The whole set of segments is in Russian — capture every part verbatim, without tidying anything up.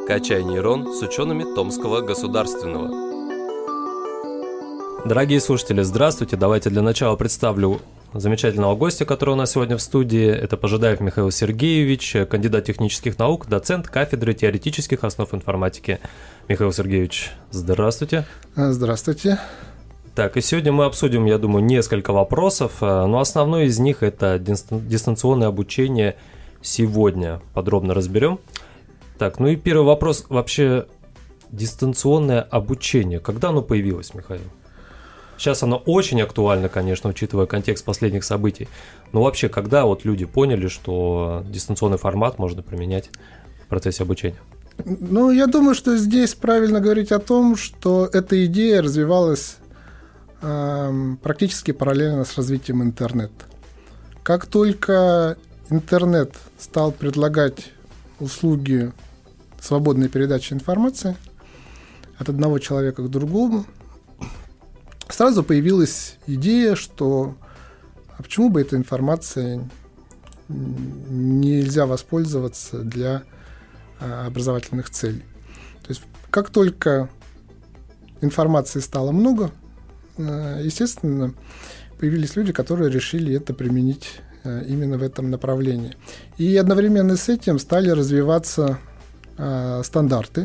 «Качай нейрон» с учеными Томского государственного. Дорогие слушатели, здравствуйте. Давайте для начала представлю замечательного гостя, который у нас сегодня в студии. Это Пожидаев Михаил Сергеевич, кандидат технических наук, доцент кафедры теоретических основ информатики. Михаил Сергеевич, здравствуйте. Здравствуйте. Так, и сегодня мы обсудим, я думаю, несколько вопросов, но основной из них – это дистанционное обучение сегодня. Подробно разберем. Так, ну и первый вопрос. Вообще, дистанционное обучение, когда оно появилось, Михаил? Сейчас оно очень актуально, конечно, учитывая контекст последних событий. Но вообще, когда вот люди поняли, что дистанционный формат можно применять в процессе обучения? Ну, я думаю, что здесь правильно говорить о том, что эта идея развивалась э, практически параллельно с развитием интернета. Как только интернет стал предлагать услуги свободной передачи информации от одного человека к другому, сразу появилась идея, что а почему бы этой информацией нельзя воспользоваться для а, образовательных целей. То есть как только информации стало много, а, естественно, появились люди, которые решили это применить а, именно в этом направлении. И одновременно с этим стали развиваться а, стандарты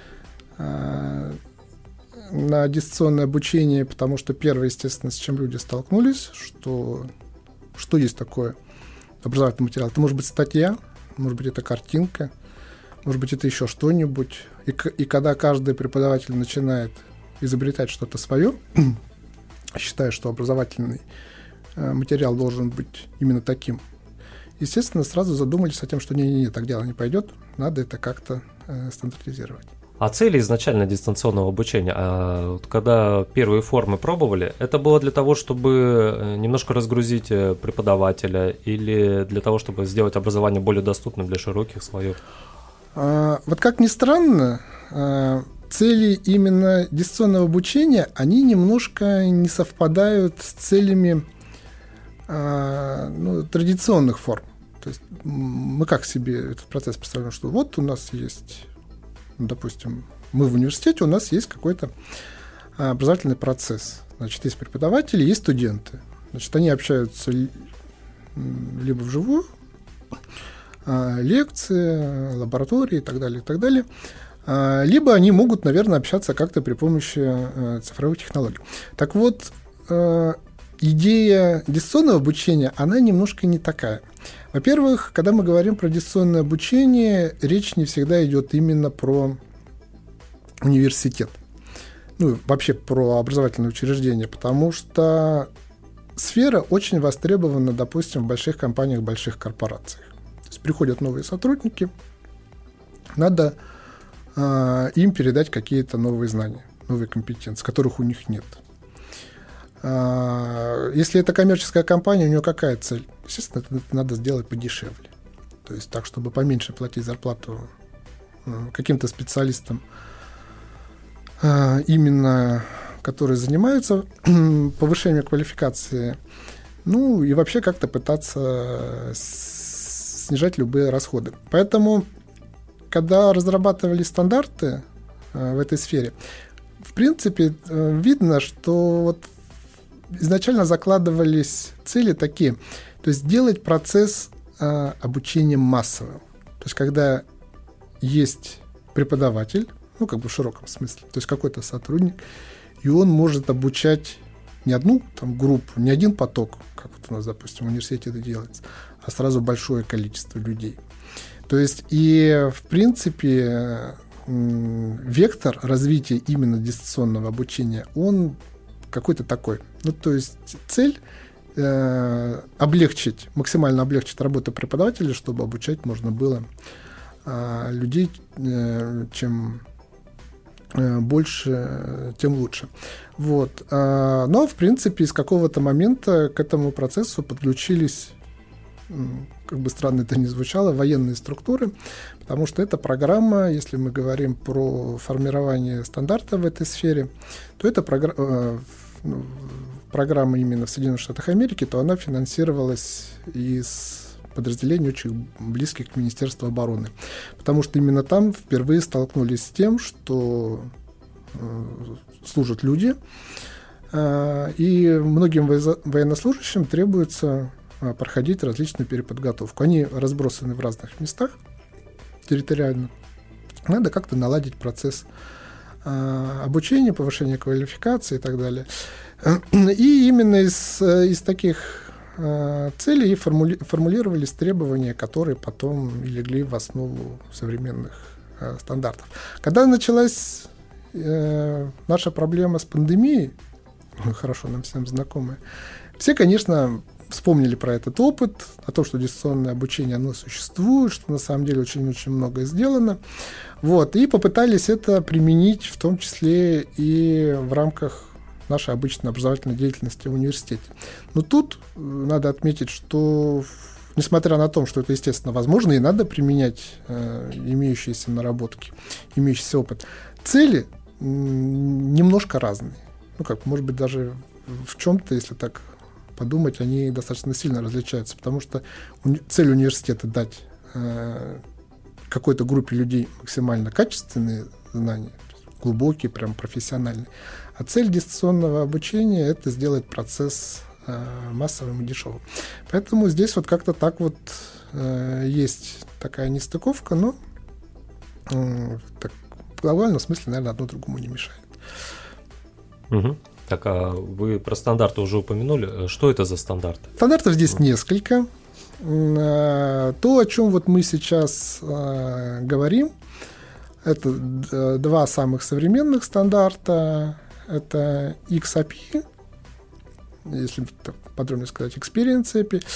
а, на дистанционное обучение, потому что первое, естественно, с чем люди столкнулись, что, что есть такое образовательный материал. Это может быть статья, может быть, это картинка, может быть, это еще что-нибудь. И, и когда каждый преподаватель начинает изобретать что-то свое, считая, что образовательный материал должен быть именно таким, естественно, сразу задумались о том, что не-не-не, так дело не пойдет, надо это как-то э, стандартизировать. А цели изначально дистанционного обучения, а вот когда первые формы пробовали, это было для того, чтобы немножко разгрузить преподавателя или для того, чтобы сделать образование более доступным для широких слоев? А, вот как ни странно, а, цели именно дистанционного обучения, они немножко не совпадают с целями а, ну, традиционных форм. То есть мы как себе этот процесс представляем, что вот у нас есть... Допустим, мы в университете, у нас есть какой-то образовательный процесс. Значит, есть преподаватели, есть студенты. Значит, они общаются либо вживую, лекции, лаборатории и так далее, и так далее. Либо они могут, наверное, общаться как-то при помощи цифровых технологий. Так вот, идея дистанционного обучения, она немножко не такая. Во-первых, когда мы говорим про дистанционное обучение, речь не всегда идет именно про университет. Ну, вообще про образовательное учреждение, потому что сфера очень востребована, допустим, в больших компаниях, больших корпорациях. То есть приходят новые сотрудники, надо э, им передать какие-то новые знания, новые компетенции, которых у них нет. Если это коммерческая компания, у нее какая цель? Естественно, это надо сделать подешевле. То есть так, чтобы поменьше платить зарплату каким-то специалистам, именно которые занимаются повышением квалификации, ну и вообще как-то пытаться снижать любые расходы. Поэтому, когда разрабатывали стандарты в этой сфере, в принципе, видно, что вот изначально закладывались цели такие, то есть сделать процесс э, обучения массовым. То есть когда есть преподаватель, ну как бы в широком смысле, то есть какой-то сотрудник, и он может обучать не одну там, группу, не один поток, как вот у нас, допустим, в университете это делается, а сразу большое количество людей. То есть и в принципе э, вектор развития именно дистанционного обучения, он какой-то такой. Ну, то есть цель э, облегчить, максимально облегчить работу преподавателя, чтобы обучать можно было э, людей, э, чем э, больше, тем лучше. Вот. А, но, в принципе, с какого-то момента к этому процессу подключились, как бы странно это ни звучало, военные структуры, потому что эта программа, если мы говорим про формирование стандарта в этой сфере, то это программа, ну, программа именно в Соединенных Штатах Америки, то она финансировалась из подразделений, очень близких к Министерству обороны. Потому что именно там впервые столкнулись с тем, что э, служат люди, э, и многим военнослужащим требуется э, проходить различную переподготовку. Они разбросаны в разных местах территориально. Надо как-то наладить процесс э, обучения, повышения квалификации и так далее. И именно из, из таких э, целей формули, формулировались требования, которые потом и легли в основу современных э, стандартов. Когда началась э, наша проблема с пандемией, хорошо нам всем знакомая, все, конечно, вспомнили про этот опыт, о том, что дистанционное обучение, оно существует, что на самом деле очень-очень многое сделано. Вот, и попытались это применить в том числе и в рамках нашей обычной образовательной деятельности в университете. Но тут надо отметить, что, несмотря на то, что это, естественно, возможно, и надо применять э, имеющиеся наработки, имеющийся опыт, цели м, немножко разные. Ну, как, может быть, даже в чем-то, если так подумать, они достаточно сильно различаются, потому что уни- цель университета — дать э, какой-то группе людей максимально качественные знания, глубокие, прям профессиональные. А цель дистанционного обучения — это сделать процесс э, массовым и дешевым. Поэтому здесь вот как-то так вот э, есть такая нестыковка, но э, так, в глобальном смысле, наверное, одно другому не мешает. Угу. Так, а вы про стандарты уже упомянули. Что это за стандарты? Стандартов здесь несколько. То, о чем вот мы сейчас э, говорим, это два самых современных стандарта. Это икс эй пи, если подробнее сказать, Experience эй пи,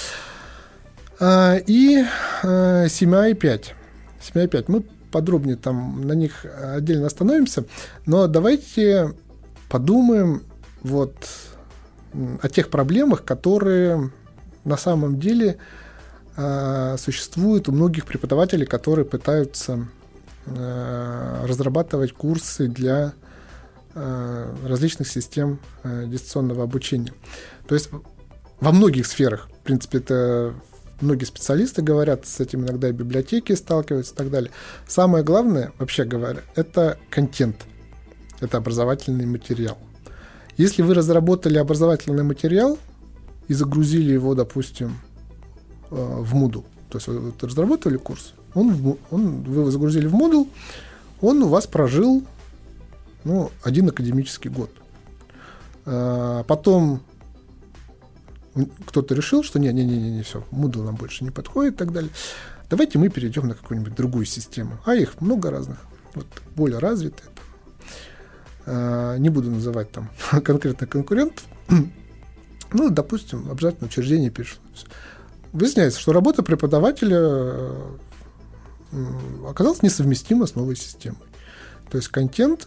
и си эм ай пять. си эм ай пять. Мы подробнее там на них отдельно остановимся, но давайте подумаем вот о тех проблемах, которые на самом деле существуют у многих преподавателей, которые пытаются разрабатывать курсы для различных систем дистанционного обучения. То есть во многих сферах, в принципе, это многие специалисты говорят, с этим иногда и библиотеки сталкиваются и так далее. Самое главное, вообще говоря, это контент, это образовательный материал. Если вы разработали образовательный материал и загрузили его, допустим, в Moodle, то есть вы разработали курс, он, он, вы его загрузили в Moodle, он у вас прожил ну, один академический год. А потом кто-то решил, что не-не-не, все, Moodle нам больше не подходит и так далее. Давайте мы перейдем на какую-нибудь другую систему. А их много разных, вот, более развитые. А, не буду называть там конкретно конкурентов. Ну, допустим, образовательное учреждение перешло. Выясняется, что работа преподавателя оказалась несовместима с новой системой. То есть контент,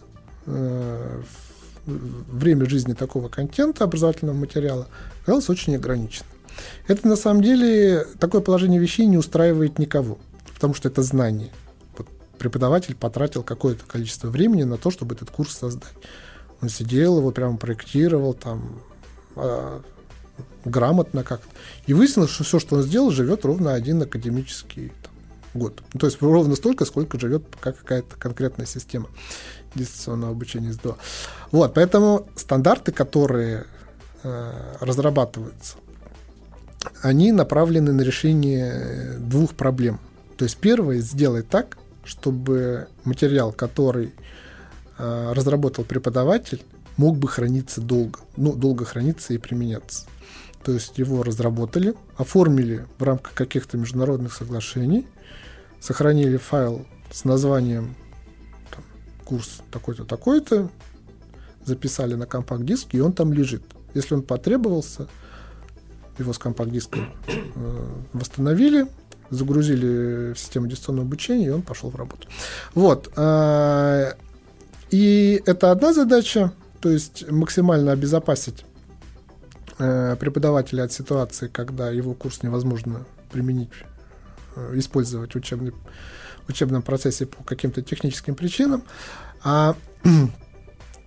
время жизни такого контента, образовательного материала, оказалось очень ограничено. Это на самом деле такое положение вещей не устраивает никого, потому что это знание. Вот преподаватель потратил какое-то количество времени на то, чтобы этот курс создать. Он сидел, его прямо проектировал, там, а, грамотно как-то. И выяснилось, что все, что он сделал, живет ровно один академический там, год. Ну, то есть ровно столько, сколько живет какая-то конкретная система дистанционного обучения СДО. Вот, поэтому стандарты, которые э, разрабатываются, они направлены на решение двух проблем. То есть первое — сделать так, чтобы материал, который э, разработал преподаватель, мог бы храниться долго, ну, долго храниться и применяться. То есть его разработали, оформили в рамках каких-то международных соглашений, сохранили файл с названием там, курс такой-то, такой-то, записали на компакт-диск, и он там лежит. Если он потребовался, его с компакт-диска э, восстановили, загрузили в систему дистанционного обучения, и он пошел в работу. Вот. Э, и это одна задача, то есть максимально обезопасить э, преподавателя от ситуации, когда его курс невозможно применить, э, использовать в, учебный, в учебном процессе по каким-то техническим причинам. А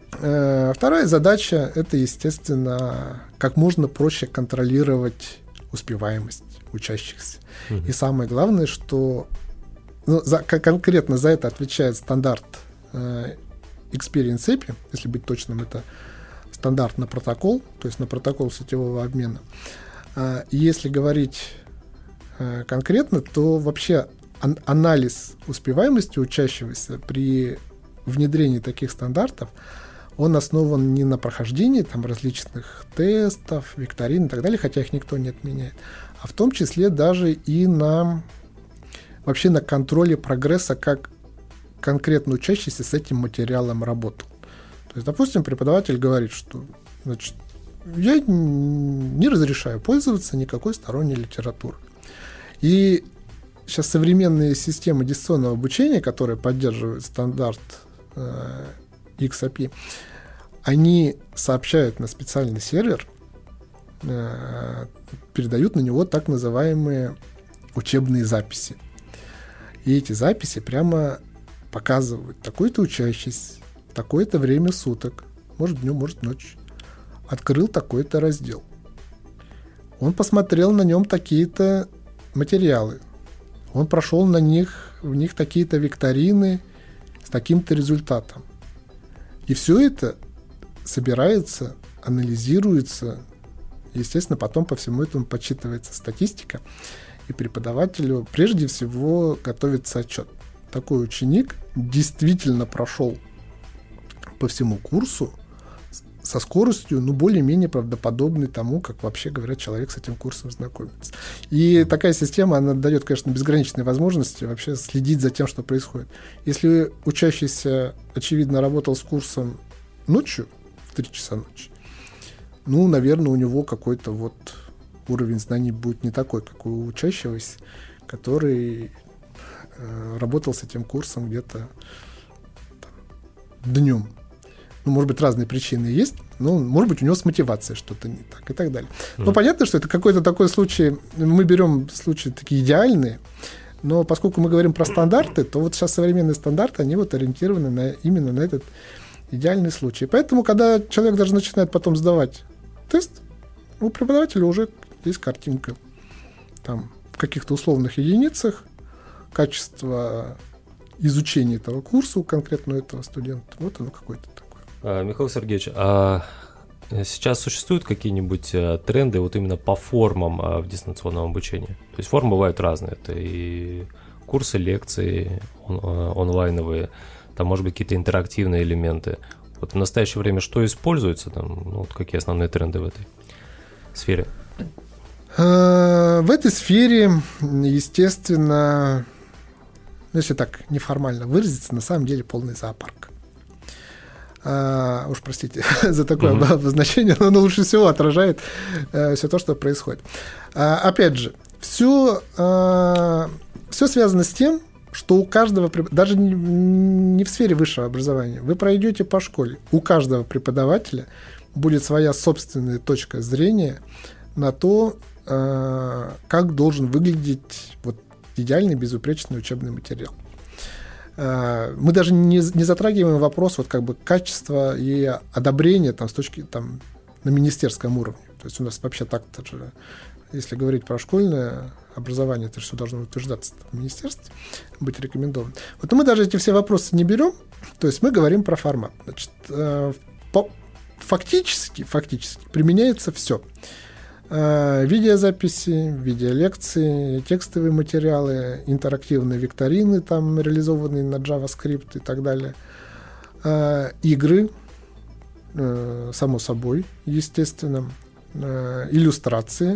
э, вторая задача — это, естественно, как можно проще контролировать успеваемость учащихся. Мгм. И самое главное, что ну, за, конкретно за это отвечает стандарт э, Experience эй пи ай, если быть точным, это стандарт на протокол, то есть на протокол сетевого обмена. Э, и если говорить э, конкретно, то вообще ан- анализ успеваемости учащегося при внедрении таких стандартов, он основан не на прохождении там, различных тестов, викторин и так далее, хотя их никто не отменяет, а в том числе даже и на вообще на контроле прогресса, как конкретно учащийся с этим материалом работал. То есть, допустим, преподаватель говорит, что значит, я не разрешаю пользоваться никакой сторонней литературой. И сейчас современные системы дистанционного обучения, которые поддерживают стандарт э, икс эй пи ай, они сообщают на специальный сервер, э, передают на него так называемые учебные записи. И эти записи прямо показывают, такой-то учащийся, такое-то время суток, может днем, может ночью, открыл такой-то раздел. Он посмотрел на нем такие-то материалы. Он прошел на них, в них такие-то викторины с таким-то результатом. И все это собирается, анализируется. Естественно, потом по всему этому подсчитывается статистика. И преподавателю прежде всего готовится отчет. Такой ученик действительно прошел по всему курсу со скоростью, ну, более-менее правдоподобной тому, как вообще, говорят, человек с этим курсом знакомится. И такая система, она дает, конечно, безграничные возможности вообще следить за тем, что происходит. Если учащийся, очевидно, работал с курсом ночью, в три часа ночи, ну, наверное, у него какой-то вот уровень знаний будет не такой, как у учащегося, который э, работал с этим курсом где-то там, днем. Ну, может быть, разные причины есть, но, может быть, у него с мотивацией что-то не так и так далее. Mm. Ну, понятно, что это какой-то такой случай, мы берем случаи такие идеальные, но поскольку мы говорим про стандарты, то вот сейчас современные стандарты, они вот ориентированы на, именно на этот идеальный случай. Поэтому, когда человек даже начинает потом сдавать тест, у преподавателя уже есть картинка. Там в каких-то условных единицах качество изучения этого курса у конкретного этого студента. Вот оно какое-то такое. А, Михаил Сергеевич, а сейчас существуют какие-нибудь а, тренды вот именно по формам а, в дистанционном обучении? То есть формы бывают разные. Это и курсы, лекции он, а, онлайновые, там, может быть, какие-то интерактивные элементы. Вот в настоящее время что используется? Там, ну, вот какие основные тренды в этой сфере? В этой сфере, естественно, если так неформально выразиться, на самом деле полный зоопарк. Uh, уж простите за такое uh-huh. обозначение, но оно лучше всего отражает uh, все то, что происходит. Uh, опять же, все, uh, все связано с тем, что у каждого, даже не, не в сфере высшего образования, вы пройдете по школе, у каждого преподавателя будет своя собственная точка зрения на то, uh, как должен выглядеть вот, идеальный, безупречный учебный материал. Мы даже не, не затрагиваем вопрос вот как бы качества и одобрения там, с точки там, на министерском уровне. То есть у нас вообще так-то же, если говорить про школьное образование, это все должно утверждаться в министерстве, быть рекомендовано. Вот мы даже эти все вопросы не берем, то есть мы говорим про формат. Значит, по, фактически, фактически применяется все. Видеозаписи, видеолекции, текстовые материалы, интерактивные викторины, там, реализованные на JavaScript и так далее. Игры, само собой, естественно. Иллюстрации,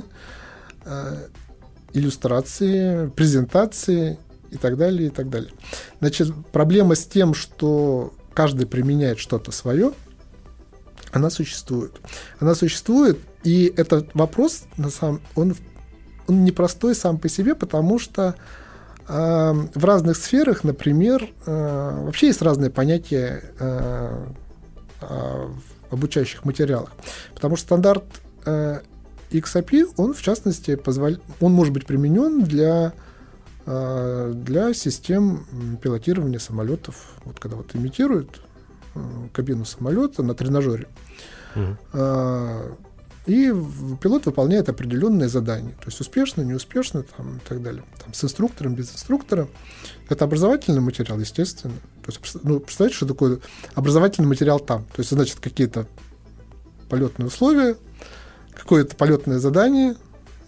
иллюстрации, презентации и так далее, и так далее. Значит, проблема с тем, что каждый применяет что-то свое, она существует. Она существует, и этот вопрос, на самом, он, он непростой сам по себе, потому что э, в разных сферах, например, э, вообще есть разные понятия э, э, в обучающих материалах. Потому что стандарт э, икс эй пи ай, он, в частности, позволяет, он может быть применен для, э, для систем пилотирования самолетов. Вот когда вот имитируют кабину самолета на тренажере. Uh-huh. и пилот выполняет определенные задания. То есть успешно, неуспешно там, и так далее. Там, с инструктором, без инструктора. Это образовательный материал, естественно. То есть, ну, представляете, что такое образовательный материал там? То есть, значит, какие-то полетные условия, какое-то полетное задание,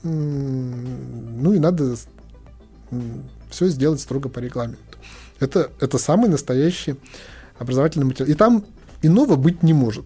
ну и надо все сделать строго по регламенту. Это, это самый настоящий образовательный материал. И там иного быть не может.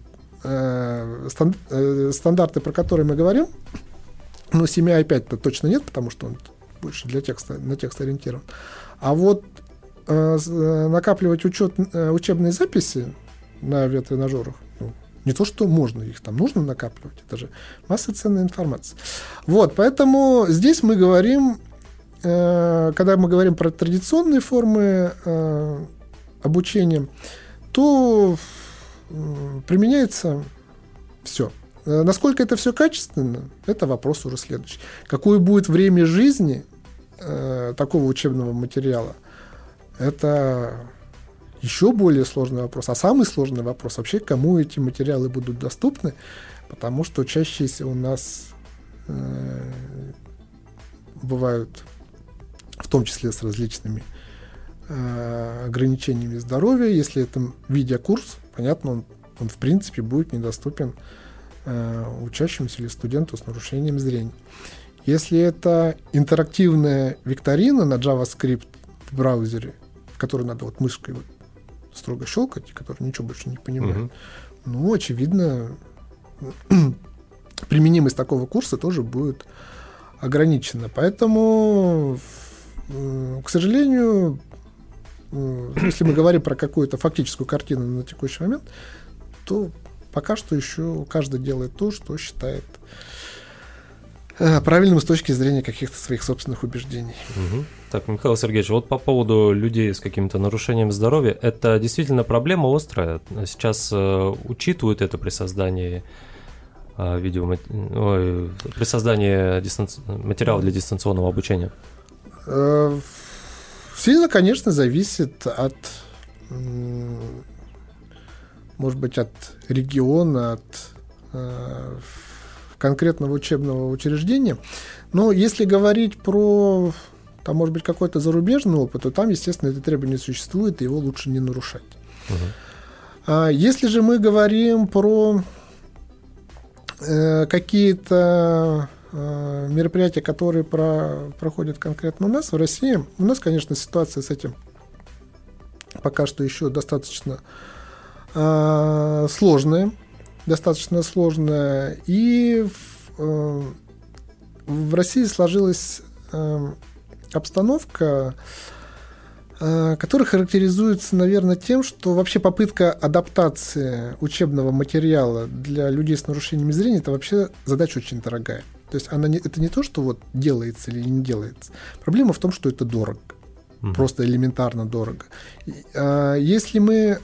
Стандарты, про которые мы говорим, ну, семь ай пять-то точно нет, потому что он больше для текста, на текст ориентирован. А вот э, накапливать учет, учебные записи на авиатренажерах, ну, не то, что можно, их там нужно накапливать, это же масса ценной информации. Вот, поэтому здесь мы говорим, э, когда мы говорим про традиционные формы э, обучения, то применяется все. Насколько это все качественно, это вопрос уже следующий. Какое будет время жизни э, такого учебного материала, это еще более сложный вопрос. А самый сложный вопрос вообще, кому эти материалы будут доступны, потому что учащиеся у нас э, бывают, в том числе с различными э, ограничениями здоровья. Если это видеокурс, понятно, он, он в принципе будет недоступен э, учащемуся или студенту с нарушением зрения. Если это интерактивная викторина на JavaScript в браузере, в которой надо вот мышкой вот строго щелкать, который ничего больше не понимает, uh-huh. ну, очевидно, применимость такого курса тоже будет ограничена. Поэтому, к сожалению, если мы говорим про какую-то фактическую картину на текущий момент, то пока что еще каждый делает то, что считает правильным с точки зрения каких-то своих собственных убеждений. Угу. Так, Михаил Сергеевич, вот по поводу людей с каким-то нарушением здоровья, это действительно проблема острая. Сейчас э, учитывают это при создании э, видео, ой, при создании дистанци... материала для дистанционного обучения. Э, сильно, конечно, зависит от, может быть, от региона, от э, конкретного учебного учреждения. Но если говорить про, там, может быть, какой-то зарубежный опыт, то там, естественно, это требование существует, и его лучше не нарушать. Uh-huh. А если же мы говорим про э, какие-то э, мероприятия, которые про, проходят конкретно у нас, в России, у нас, конечно, ситуация с этим пока что еще достаточно э, сложная. достаточно сложная, и в, э, в России сложилась э, обстановка, э, которая характеризуется, наверное, тем, что вообще попытка адаптации учебного материала для людей с нарушениями зрения – это вообще задача очень дорогая. То есть она не, это не то, что вот делается или не делается. Проблема в том, что это дорого, mm-hmm. просто элементарно дорого. И, э, если мы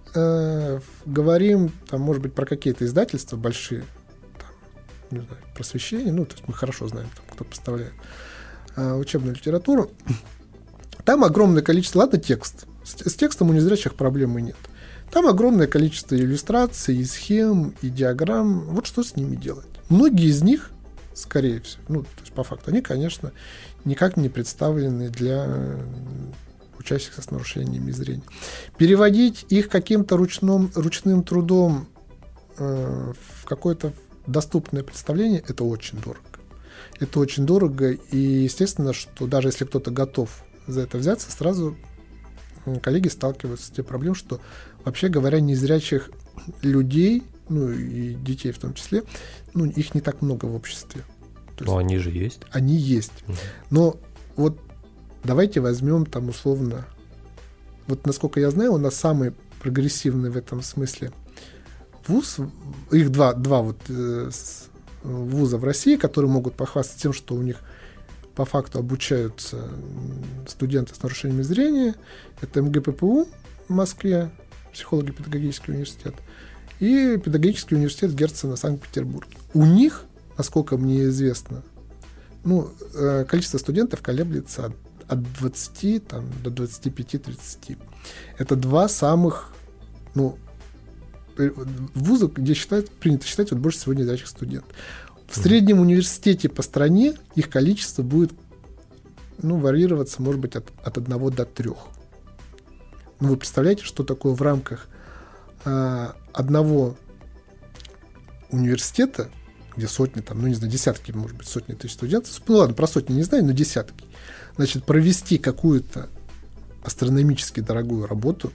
говорим, там, может быть, про какие-то издательства большие, там, не знаю, просвещение, ну, то есть мы хорошо знаем, там, кто поставляет а, учебную литературу, там огромное количество, ладно, текст, с, с текстом у незрячих проблемы нет, там огромное количество иллюстраций, и схем, и диаграмм, вот что с ними делать. Многие из них, скорее всего, ну, то есть по факту, они, конечно, никак не представлены для учащихся с нарушениями зрения. Переводить их каким-то ручным, ручным трудом э, в какое-то доступное представление – это очень дорого. Это очень дорого, и естественно, что даже если кто-то готов за это взяться, сразу коллеги сталкиваются с тем проблемой, что, вообще говоря, незрячих людей, ну и детей в том числе, ну, их не так много в обществе. То есть, но они же есть. Они есть. Угу. Но вот давайте возьмем там условно, вот насколько я знаю, у нас самый прогрессивный в этом смысле вуз, их два, два вот э, вуза в России, которые могут похвастаться тем, что у них по факту обучаются студенты с нарушениями зрения. Это эм гэ пэ пэ у в Москве, психолого-педагогический университет, и педагогический университет Герцена в Санкт-Петербурге. У них, насколько мне известно, ну, э, количество студентов колеблется от от двадцати там, до двадцати пяти тридцати. Это два самых, ну, вузы, где считают, принято считать вот больше всего незрячих студентов. В среднем университете по стране их количество будет, ну, варьироваться, может быть, от, от одного до трех. Ну, вы представляете, что такое в рамках э, одного университета, где сотни, там, ну, не знаю, десятки, может быть, сотни тысяч студентов, ну, ладно, про сотни не знаю, но десятки, значит, провести какую-то астрономически дорогую работу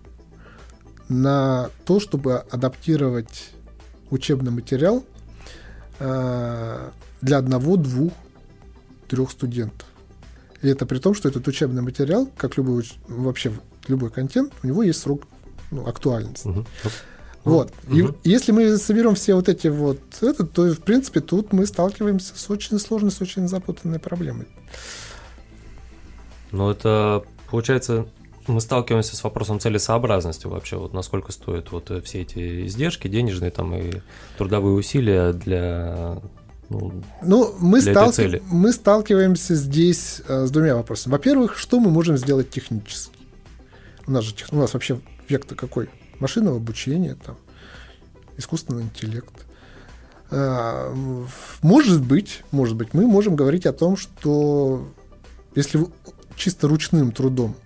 на то, чтобы адаптировать учебный материал э, для одного, двух, трех студентов. И это при том, что этот учебный материал, как любой, вообще любой контент, у него есть срок, ну, актуальности. Угу. Вот. Угу. И если мы соберем все вот эти вот, это, то, в принципе, тут мы сталкиваемся с очень сложной, с очень запутанной проблемой. Ну, это, получается, мы сталкиваемся с вопросом целесообразности вообще, вот насколько стоят вот все эти издержки денежные там и трудовые усилия для... Ну, ну мы, сталки... мы сталкиваемся здесь э, с двумя вопросами. Во-первых, что мы можем сделать технически? У нас же у нас вообще век-то какой? Машинного обучения, там, искусственный интеллект. Э, может быть, может быть, мы можем говорить о том, что если чисто ручным трудом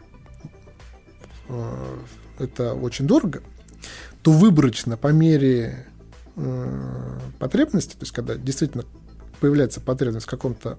э, это очень дорого, то выборочно по мере потребности, то есть когда действительно появляется потребность в каком-то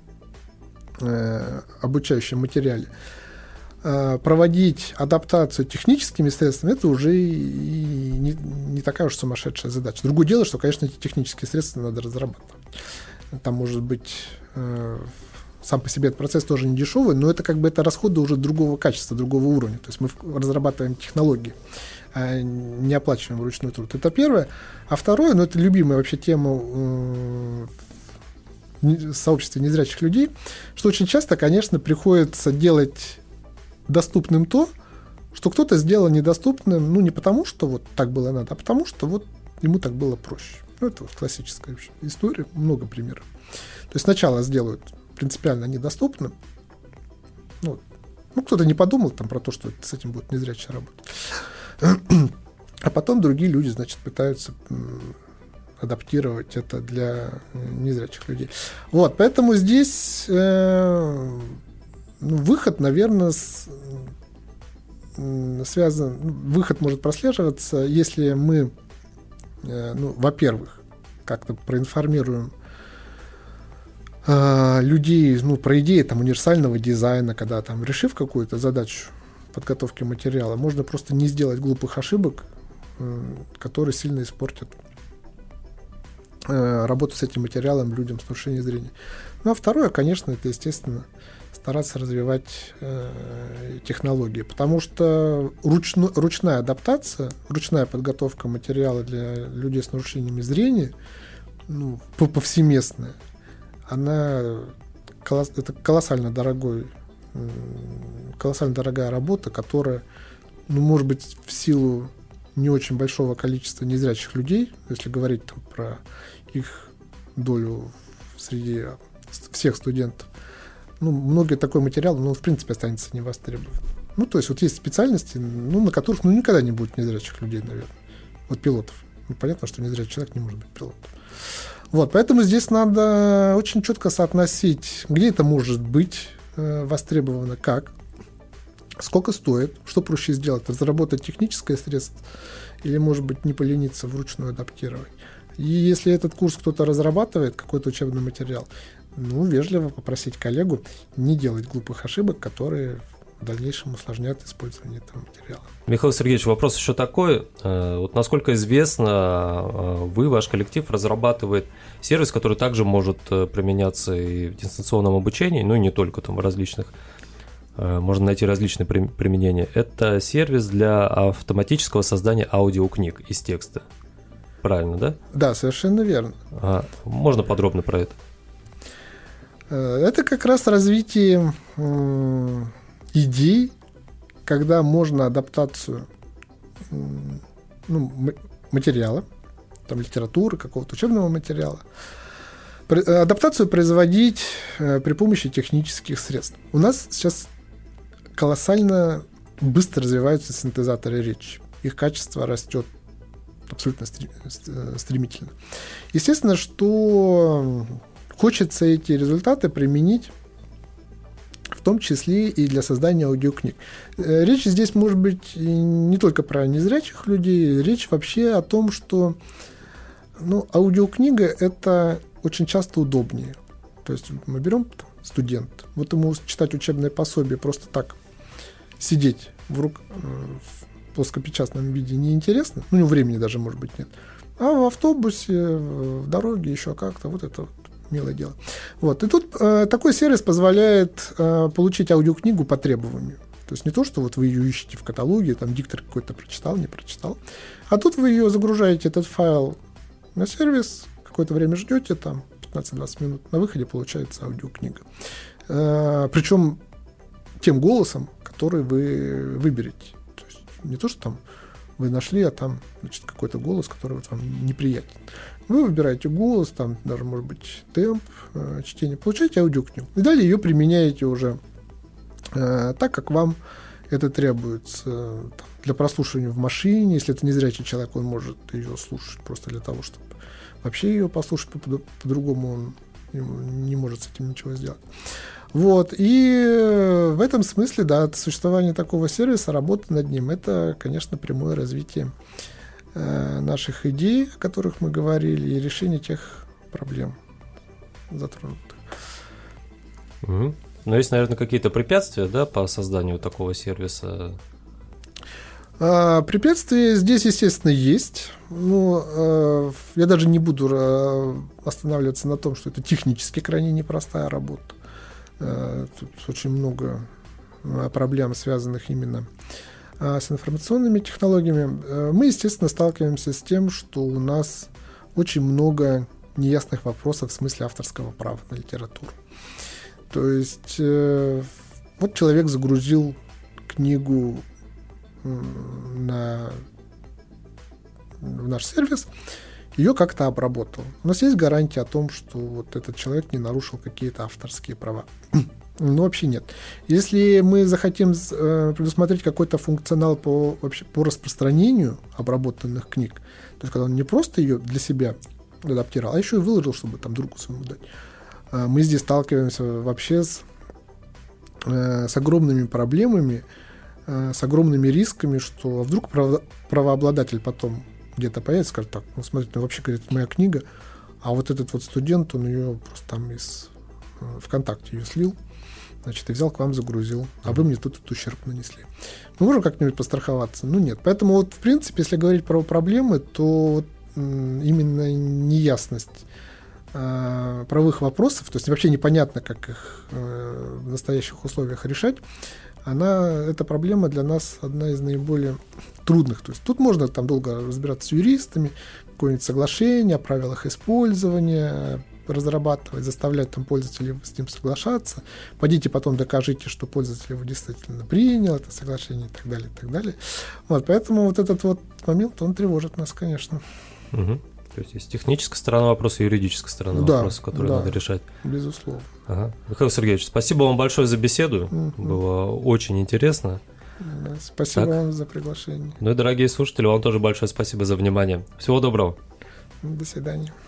э, обучающем материале, э, проводить адаптацию техническими средствами, это уже и не, не такая уж сумасшедшая задача. Другое дело, что, конечно, эти технические средства надо разрабатывать. Там может быть э, сам по себе этот процесс тоже не дешевый, но это как бы это расходы уже другого качества, другого уровня. То есть мы разрабатываем технологии, не оплачиваем ручной труд. Это первое. А второе, ну это любимая вообще тема в сообществе незрячих людей, что очень часто, конечно, приходится делать доступным то, что кто-то сделал недоступным, ну не потому, что вот так было надо, а потому, что вот ему так было проще. Ну, это вот классическая вообще история, много примеров. То есть сначала сделают принципиально недоступным, ну, ну кто-то не подумал там про то, что с этим будет незрячий работать. А потом другие люди, значит, пытаются адаптировать это для незрячих людей. Вот, поэтому здесь э, ну, выход, наверное, с, связан, выход может прослеживаться, если мы, э, ну, во-первых, как-то проинформируем э, людей, ну, про идеи там универсального дизайна, когда там, решив какую-то задачу подготовки материала, можно просто не сделать глупых ошибок, которые сильно испортят работу с этим материалом людям с нарушением зрения. Ну, а второе, конечно, это, естественно, стараться развивать э, технологии, потому что ручно, ручная адаптация, ручная подготовка материала для людей с нарушениями зрения, ну, повсеместная, она колосс, это колоссально дорогой колоссально дорогая работа, которая, ну, может быть, в силу не очень большого количества незрячих людей, если говорить там про их долю среди всех студентов, ну, многие такой материал, ну, в принципе, останется невостребованным. Ну, то есть вот есть специальности, ну, на которых, ну, никогда не будет незрячих людей, наверное. Вот пилотов. Ну, понятно, что незрячий человек не может быть пилотом. Вот, поэтому здесь надо очень четко соотносить, где это может быть э, востребовано, как, сколько стоит, что проще сделать, разработать техническое средство или, может быть, не полениться вручную адаптировать. И если этот курс кто-то разрабатывает, какой-то учебный материал, ну, вежливо попросить коллегу не делать глупых ошибок, которые в дальнейшем усложняют использование этого материала. Михаил Сергеевич, вопрос еще такой. Вот насколько известно, вы, ваш коллектив разрабатывает сервис, который также может применяться и в дистанционном обучении, ну и не только там в различных, можно найти различные применения. Это сервис для автоматического создания аудиокниг из текста. Правильно, да? Да, совершенно верно. А, можно подробно про это? Это как раз развитие э, идей, когда можно адаптацию э, ну, материала, там, литературы, какого-то учебного материала, при, адаптацию производить э, при помощи технических средств. У нас сейчас колоссально быстро развиваются синтезаторы речи. Их качество растет абсолютно стремительно. Естественно, что хочется эти результаты применить в том числе и для создания аудиокниг. Речь здесь может быть не только про незрячих людей, речь вообще о том, что ну, аудиокнига – это очень часто удобнее. То есть мы берем студент, вот ему читать учебное пособие просто так, сидеть в, рук, в плоскопечатном виде неинтересно, ну, у него времени даже, может быть, нет. А в автобусе, в дороге, еще как-то, вот это вот милое дело. Вот. И тут э, такой сервис позволяет э, получить аудиокнигу по требованию. То есть не то, что вот вы ее ищете в каталоге, там диктор какой-то прочитал, не прочитал, а тут вы ее загружаете, этот файл, на сервис, какое-то время ждете, там пятнадцать-двадцать минут, на выходе получается аудиокнига. Э, причем тем голосом, который вы выберете. То есть не то, что там вы нашли, а там значит, какой-то голос, который вот вам неприятен. Вы выбираете голос, там даже, может быть, темп э, чтения, получаете аудиокнигу. И далее ее применяете уже э, так, как вам это требуется. Там, для прослушивания в машине, если это незрячий человек, он может ее слушать просто для того, чтобы вообще ее послушать, по- по-другому он не может с этим ничего сделать. Вот. И в этом смысле, да, существование такого сервиса, работа над ним, это, конечно, прямое развитие э, наших идей, о которых мы говорили, и решение тех проблем затронутых. Угу. Но есть, наверное, какие-то препятствия, да, по созданию такого сервиса? А, препятствия здесь, естественно, есть. Ну, э, я даже не буду э, останавливаться на том, что это технически крайне непростая работа. Тут очень много проблем, связанных именно с информационными технологиями. Мы, естественно, сталкиваемся с тем, что у нас очень много неясных вопросов в смысле авторского права на литературу. То есть вот человек загрузил книгу на, в наш сервис, ее как-то обработал. У нас есть гарантия о том, что вот этот человек не нарушил какие-то авторские права. Ну, вообще нет. Если мы захотим э, предусмотреть какой-то функционал по, вообще, по распространению обработанных книг, то есть когда он не просто ее для себя адаптировал, а еще и выложил, чтобы там другу своему дать, э, мы здесь сталкиваемся вообще с, э, с огромными проблемами, э, с огромными рисками, что вдруг право, правообладатель потом где-то появится, скажет, так, ну смотрите, ну, вообще, говорит, моя книга, а вот этот вот студент, он ее просто там из э, ВКонтакте ее слил, значит, и взял к вам, загрузил, а вы мне тут этот ущерб нанесли. Мы можем как-нибудь постраховаться? Ну, нет. Поэтому вот, в принципе, если говорить про проблемы, то вот, м, именно неясность э, правовых вопросов, то есть вообще непонятно, как их э, в настоящих условиях решать, она, эта проблема для нас одна из наиболее трудных. То есть тут можно там долго разбираться с юристами, какое-нибудь соглашение о правилах использования разрабатывать, заставлять там пользователей с ним соглашаться. Пойдите потом докажите, что пользователь его действительно принял, это соглашение и так далее, и так далее. Вот, поэтому вот этот вот момент, он тревожит нас, конечно. Угу. То есть есть техническая сторона вопроса и юридическая сторона да, вопроса, которые да, надо решать. Безусловно. Ага. Михаил Сергеевич, спасибо вам большое за беседу. Mm-hmm. Было очень интересно. Да, спасибо так. вам за приглашение. Ну и, дорогие слушатели, вам тоже большое спасибо за внимание. Всего доброго. До свидания.